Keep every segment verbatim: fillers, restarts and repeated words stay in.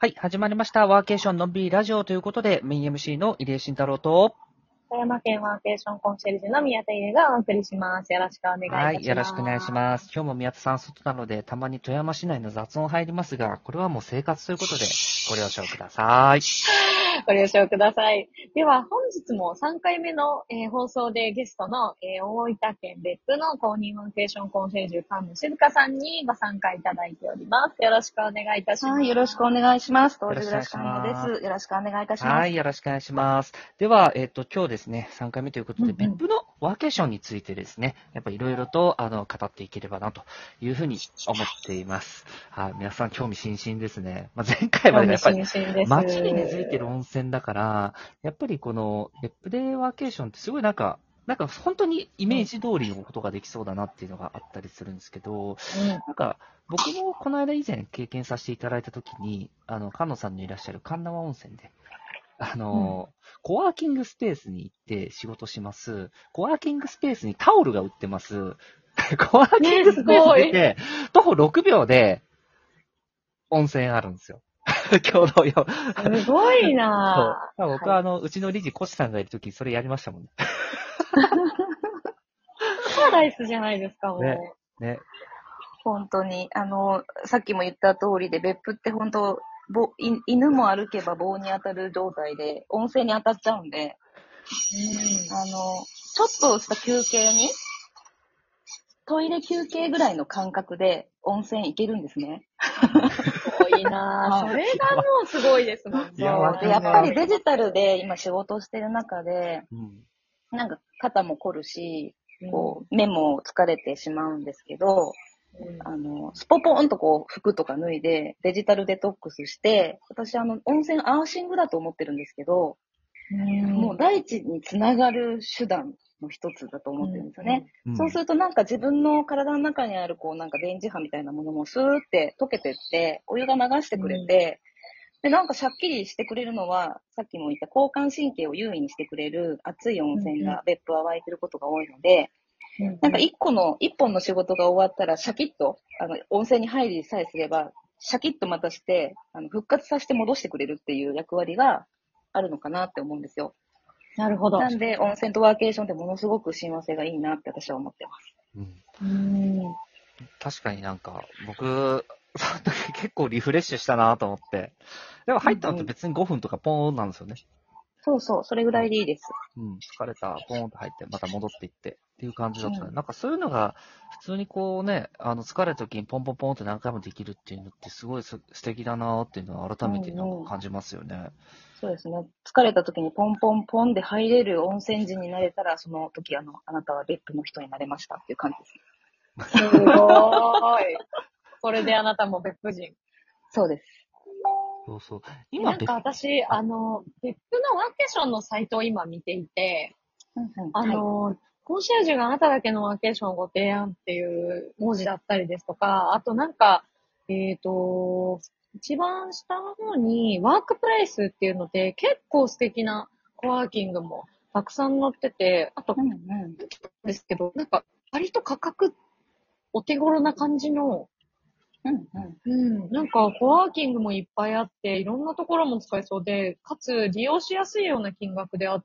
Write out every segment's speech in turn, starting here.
はい、始まりました。ワーケーションのんびりラジオということで、メイン エムシー の入江慎太郎と、 富山県ワーケーションコンシェルジュの宮田優がお送りします。よろしくお願いいはい、 たしよろしくお願いします。 ます。今日も宮田さん外なので、たまに富山市内の雑音入りますが、これはもう生活ということで、ご了承ください。 ご了承ください。では、本日もさんかいめの、えー放送でゲストの、えー大分県別府の公認ワーケーションコンシェルジュ菅野静香さんにご参加いただいております。よろしくお願いいたします。 はい、よろしくお願いします。当よろ時しくお願いし暮らし菅野でます。 す。よろしくお願いいたします。 はい、よろしくお願いします。では、えっと、今日ですね、さんかいめということで、 うんうん別府のワーケーションについてですね、やっぱりいろいろと、あの、語っていければな、というふうに思っています。はい、皆さん興味津々ですね。まあ、前回までがやっぱり、 興味津々です。 街に根付いてる温泉だから、やっぱりこの、別府でワーケーションってすごいなんか、なんか本当にイメージ通りのことができそうだなっていうのがあったりするんですけど、なんか、僕もこの間以前経験させていただいたときに、あの、菅野さんのいらっしゃる神縄温泉で、あの、コワーキングスペースに行って仕事します。コワーキングスペースにタオルが売ってます。コワーキングスペース出て、徒歩ろくびょうで温泉あるんですよ。共同用。 すごいそう。 なぁ。 僕はあの、うちの理事、コシさんがいるとき、それやりましたもんね。 パラダイスじゃないですか、もう。 ね。ね。 本当に、あの、さっきも言った通りで、別府って本当、ぼい犬も歩けば棒に当たる状態で、温泉に当たっちゃうんで、あの、ちょっとした休憩に、トイレ休憩ぐらいの感覚で温泉行けるんですね。 すごいなぁ。それがもうすごいですもんね。 いやわかで、やっぱりデジタルで今仕事してる中で、 うん。 なんか肩も凝るし、こう、目も疲れてしまうんですけど、 うんあの、スポポーンとこう、服とか脱いで、デジタルデトックスして、私、あの、温泉アーシングだと思ってるんですけど、もう大地につながる手段の一つだと思ってるんですよね。 うんそうするとなんか自分の体の中にある、こう、なんか電磁波みたいなものもスーって溶けてって、お湯が流してくれて、で、なんかシャッキリしてくれるのは、さっきも言った交感神経を優位にしてくれる熱い温泉が別府は湧いてることが多いので、なんか一個の、一本の仕事が終わったらシャキッと、あの、温泉に入りさえすれば、シャキッとまたして、あの、復活させて戻してくれるっていう役割があるのかなって思うんですよ。 なるほど。 なんで、温泉とワーケーションってものすごく親和性がいいなって私は思ってます。 うんうん確かになんか、僕、その時結構リフレッシュしたなと思って。でも入ったのって別にごふんとかポーンなんですよね。 そうそう、それぐらいでいいです。 うん、疲れた、ポーンと入って、また戻っていってっていう感じだったね。 うんなんかそういうのが、普通にこうね、あの、疲れた時にポンポンポンって何回もできるっていうのってすごいす素敵だなっていうのは改めてなんか感じますよね。 そうですね。疲れた時にポンポンポンで入れる温泉地になれたら、その時あの、あなたは別府の人になれましたっていう感じです。 すごーい。これであなたも別府人。 そうです。 そうそう。 なんか今別府、 私、あの、別府のワーケーションのサイトを今見ていて、 うんうんあの、はい、コンシェルジュがあなただけのワーケーションをご提案っていう文字だったりですとか、あとなんか、えっと、一番下の方にワークプレイスっていうので結構素敵なコワーキングもたくさん載ってて、あと、 うんうん、 ですけど、なんか割と価格お手頃な感じの、 うんうんうん、なんかコワーキングもいっぱいあって、いろんなところも使えそうで、かつ利用しやすいような金額であって、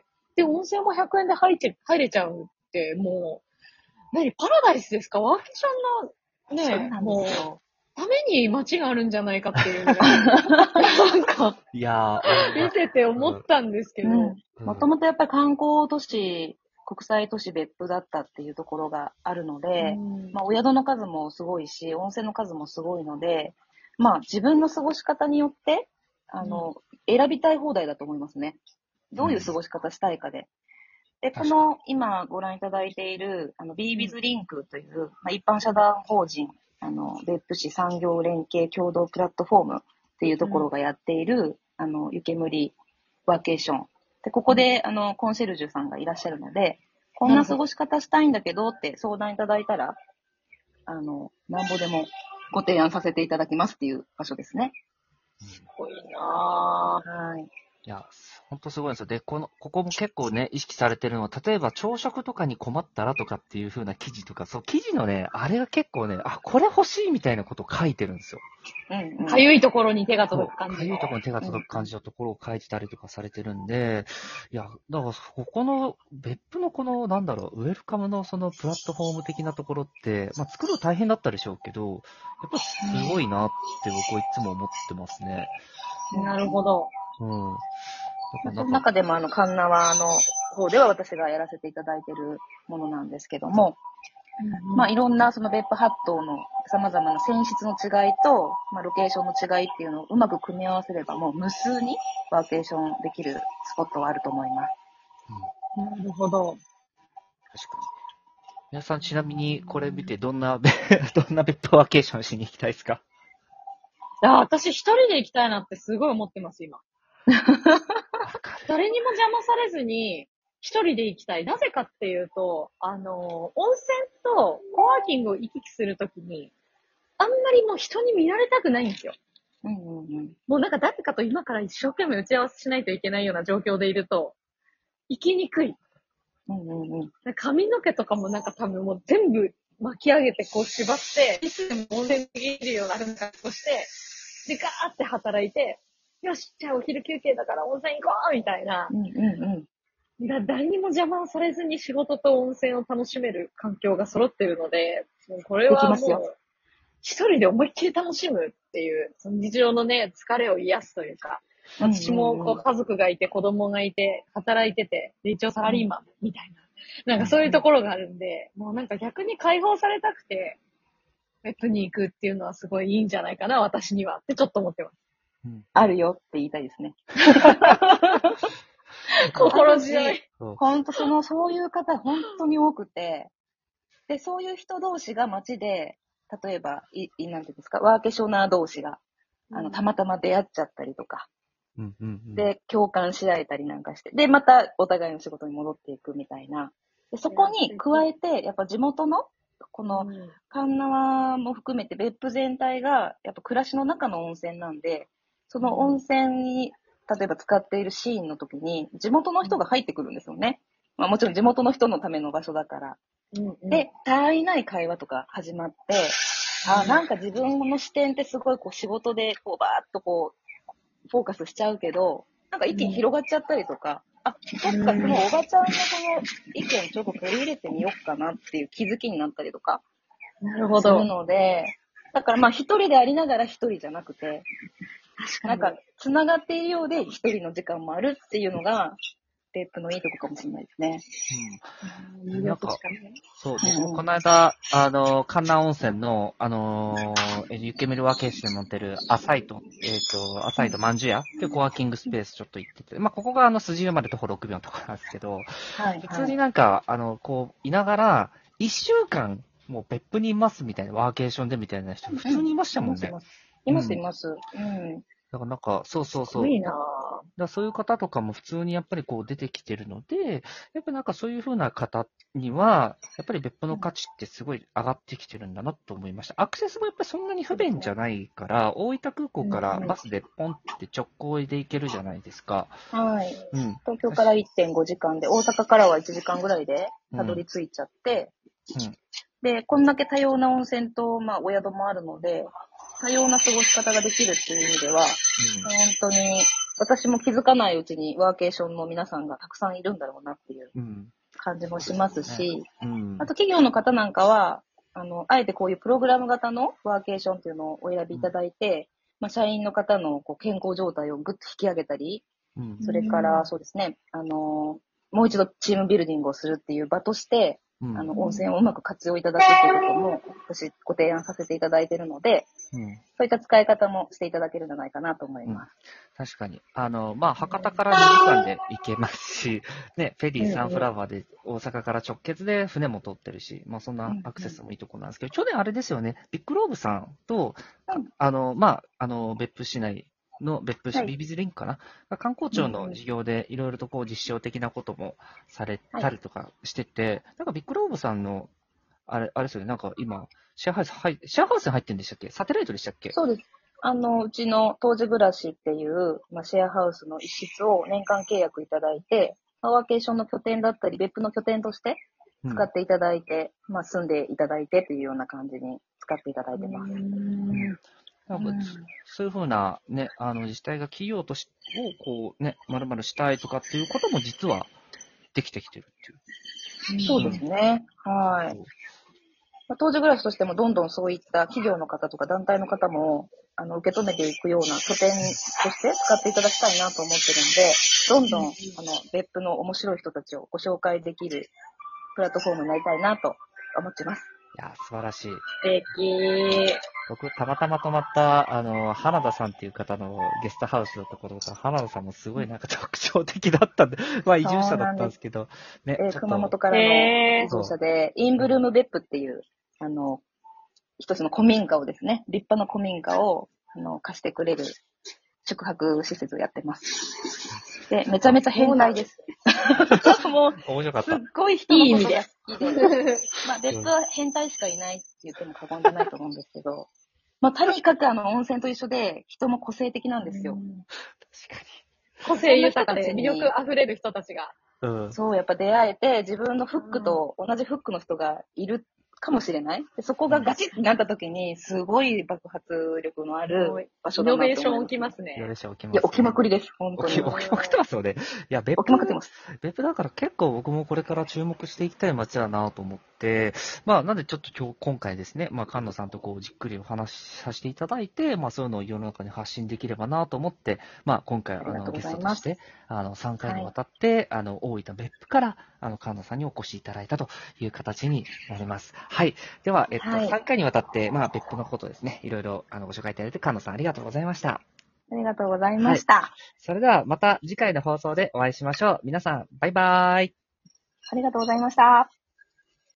で、温泉もひゃくえんで入って入れちゃうって、もう、何、パラダイスですか？ワーケーションの、ね、もう、ために街があるんじゃないかっていうぐらい、なんか、 いやー、 見てて思ったんですけど。 もともとやっぱり観光都市、国際都市別府だったっていうところがあるので、 うんまあ、お宿の数もすごいし、温泉の数もすごいので、まあ、自分の過ごし方によって、あの、うん、選びたい放題だと思いますね。どういう過ごし方したいかで。で、この今ご覧いただいている、あの、ビービズリンクという、まあ、一般社団法人、あの、別府市産業連携共同プラットフォームっていうところがやっている、うん、あの、湯煙ワーケーション。で、ここで、あの、コンシェルジュさんがいらっしゃるので、こんな過ごし方したいんだけどって相談いただいたら、あの、なんぼでもご提案させていただきますっていう場所ですね。 すごいなぁ。 はい。 いや、ほんとすごいんですよ。で、この、ここも結構ね、意識されてるのは、例えば朝食とかに困ったらとかっていう風な記事とか、そう、記事のね、あれが結構ね、あ、これ欲しいみたいなことを書いてるんですよ。 うんうん。 かゆいところに手がそう、 届く感じの。 かゆいところに手が届く感じのところを書いてたりとかされてるんで、いや、だから、ここの、別府のこの、なんだろう、ウェルカムのそのプラットフォーム的なところって、まあ、作るの大変だったでしょうけど、やっぱりすごいなって僕はいつも思ってますね。 なるほど。 うん。だからそのなんか、 中でもあの、カンナワの方では私がやらせていただいているものなんですけども、まあ、いろんなその別府八島の様々な泉質の違いと、まあ、ロケーションの違いっていうのをうまく組み合わせれば、もう無数にワーケーションできるスポットはあると思います。 うん、 なるほど。 確かに。皆さんちなみにこれ見てどんな、どんな別府ワーケーションしに行きたいですか？ いや、私一人で行きたいなってすごい思ってます、今。 わかる。 誰にも邪魔されずに、一人で行きたい。なぜかっていうと、あの、温泉とコワーキングを行き来するときに、あんまりもう人に見られたくないんですよ。 うんうんうん。 もうなんか誰かと今から一生懸命打ち合わせしないといけないような状況でいると、行きにくい。 うんうんうん。 髪の毛とかもなんか多分もう全部巻き上げてこう縛って、いつでも温泉できるような格好して、で、ガーって働いて、よし、じゃあお昼休憩だから温泉行こうみたいな。 うんうんうん。 だ誰にも邪魔をされずに仕事と温泉を楽しめる環境が揃ってるので、もうこれはもできますよう、一人で思いっきり楽しむっていう、その日常のね、疲れを癒すというか、私もこう家族がいて子供がいて、働いてて、で一応サラリーマンみたいな、なんかそういうところがあるんで、もうなんか逆に解放されたくて、別府に行くっていうのはすごいいいんじゃないかな、私にはってちょっと思ってます。 うん、 あるよって言いたいですね。 心強い。 ほんとその、そういう方本当に多くて、で、そういう人同士が街で、例えば、い、いなんていうんですか、ワーケーショナー同士が、あの、たまたま出会っちゃったりとか、 うんうんうん、 で、共感し合えたりなんかして、で、またお互いの仕事に戻っていくみたいな。でそこに加えて、やっぱ地元の、この、神奈川も含めて別府全体が、やっぱ暮らしの中の温泉なんで、その温泉に、例えば使っているシーンの時に、地元の人が入ってくるんですよね。まあもちろん地元の人のための場所だから。 うんうん、 で、他愛ない会話とか始まって、あ、なんか自分の視点ってすごいこう仕事でこうバーッとこう、フォーカスしちゃうけど、なんか一気に広がっちゃったりとか、あ、そっか、そのおばちゃんのその意見ちょっと取り入れてみようかなっていう気づきになったりとか、 なるほど。 するので、だからまあ一人でありながら一人じゃなくて、 確かに。 なんか繋がっているようで一人の時間もあるっていうのが、別府のいいとこかもしれないですね。 うん。なんか、そう、 うん僕もこの間、あの、神南温泉の、あのー、ユケメルワーケーションに載ってるアサイト、えっ、と、アサイトまんじゅう屋っていうコワーキングスペースちょっと行ってて、まあ、ここがあの、筋湯まで徒歩ろくびょうのところなんですけど、 はい、 普通になんか、あの、こう、いながら、一週間、もう別府にいますみたいな、ワーケーションでみたいな人、普通にいましたもんね。 います、います。うん。 だからなんか、そうそうそう。 いいなぁ。だそういう方とかも普通にやっぱりこう出てきてるので、やっぱりなんかそういう風な方には、やっぱり別府の価値ってすごい上がってきてるんだなと思いました。アクセスもやっぱりそんなに不便じゃないから、大分空港からバスでポンって直行で行けるじゃないですか。 はい。 うん。 東京からいってんごじかんで、大阪からはいちじかんぐらいでたどり着いちゃって、 うん。 で、こんだけ多様な温泉と、まあ、お宿もあるので、多様な過ごし方ができるっていう意味では、本当に、私も気づかないうちにワーケーションの皆さんがたくさんいるんだろうなっていう感じもしますし、 うんうん、 あと企業の方なんかは、あの、あえてこういうプログラム型のワーケーションっていうのをお選びいただいて、まあ、社員の方のこう健康状態をぐっと引き上げたり、うん、それからそうですね、あの、もう一度チームビルディングをするっていう場として、うん、あの、温泉をうまく活用いただくっていうことも、私、ご提案させていただいているので、うん、そういった使い方もしていただけるんじゃないかなと思います。 うん、確かに。あの、まあ、博多からにじかんで行けますし、ね、フェリーサンフラワーで大阪から直結で船も通ってるし、まあ、そんなアクセスもいいところなんですけど、去年あれですよね、ビッグローブさんと、うん、あの、まあ、あの、別府市内、の別府市、はい、ビビズリンクかな観光庁の事業でいろいろとこう実証的なこともされたりとかしてて、はい、なんかビッグローブさんの、あれ、あれですよね、なんか今、シェアハウス入、シェアハウスに入ってるんでしたっけサテライトでしたっけそうです。 あの、うちの当時暮らしっていう、まあ、シェアハウスの一室を年間契約いただいて、ワーケーションの拠点だったり、別府の拠点としてうん使っていただいて、まあ、住んでいただいてというような感じに使っていただいてます。 なんかうんそういうふうな、ね、あの、自治体が企業とし、をこうね、まるまるしたいとかっていうことも実はできてきてるっていう。 そうですね。はい。まあ、当時暮らしとしてもどんどんそういった企業の方とか団体の方も、あの、受け止めていくような拠点として使っていただきたいなと思ってるんで、どんどん、あの、別府の面白い人たちをご紹介できるプラットフォームになりたいなと思ってます。 いや、素晴らしい。 素敵。 僕、たまたま泊まった、あの、花田さんっていう方のゲストハウスのところが、花田さんもすごいなんか特徴的だったんで、まあ移住者だったんですけど、ね、 えーちょっと熊本からのへー移住者で、インブルーム別府っていう、あの、一つの古民家をですね、立派な古民家を、あの、貸してくれる宿泊施設をやってます。で、めちゃめちゃ変態です。もう、 面白かったすっ。ごい人のことが好きで、まあ、別府は変態しかいないって言っても過言じゃないと思うんですけど、まあ、とにかくあの、温泉と一緒で、人も個性的なんですよ。 確か個性豊かで魅力あふれる人たちが。 に。うん。 そう、やっぱ出会えて、自分のフックと同じフックの人がいるかもしれない。でそこがガチッになった時に、すごい爆発力のある場所イだなと思います。 ノベーション起きますね。 よろしく起きます、 いや、起きまくりです、本当に。 起き、起きまくってますよね。いや、別府起きまくってます。 別府だから結構僕もこれから注目していきたい街だなと思って、まあ、なんでちょっと今日、今回ですね、まあ、菅野さんとこう、じっくりお話しさせていただいて、まあ、そういうのを世の中に発信できればなと思って、まあ、今回、あの、 ありがとうゲございますストとして、あの、さんかいにわたって、あの、大分別府から、あの、菅野さんにお越しいただいたという形になります。はい。では、えっと、 はいさんかいにわたって、まあ、別府のことですね、いろいろ、あの、ご紹介いただいて、菅野さんありがとうございました。 ありがとうございました。 それではまた次回の放送でお会いしましょう。皆さん、バイバーイ。 ありがとうございました。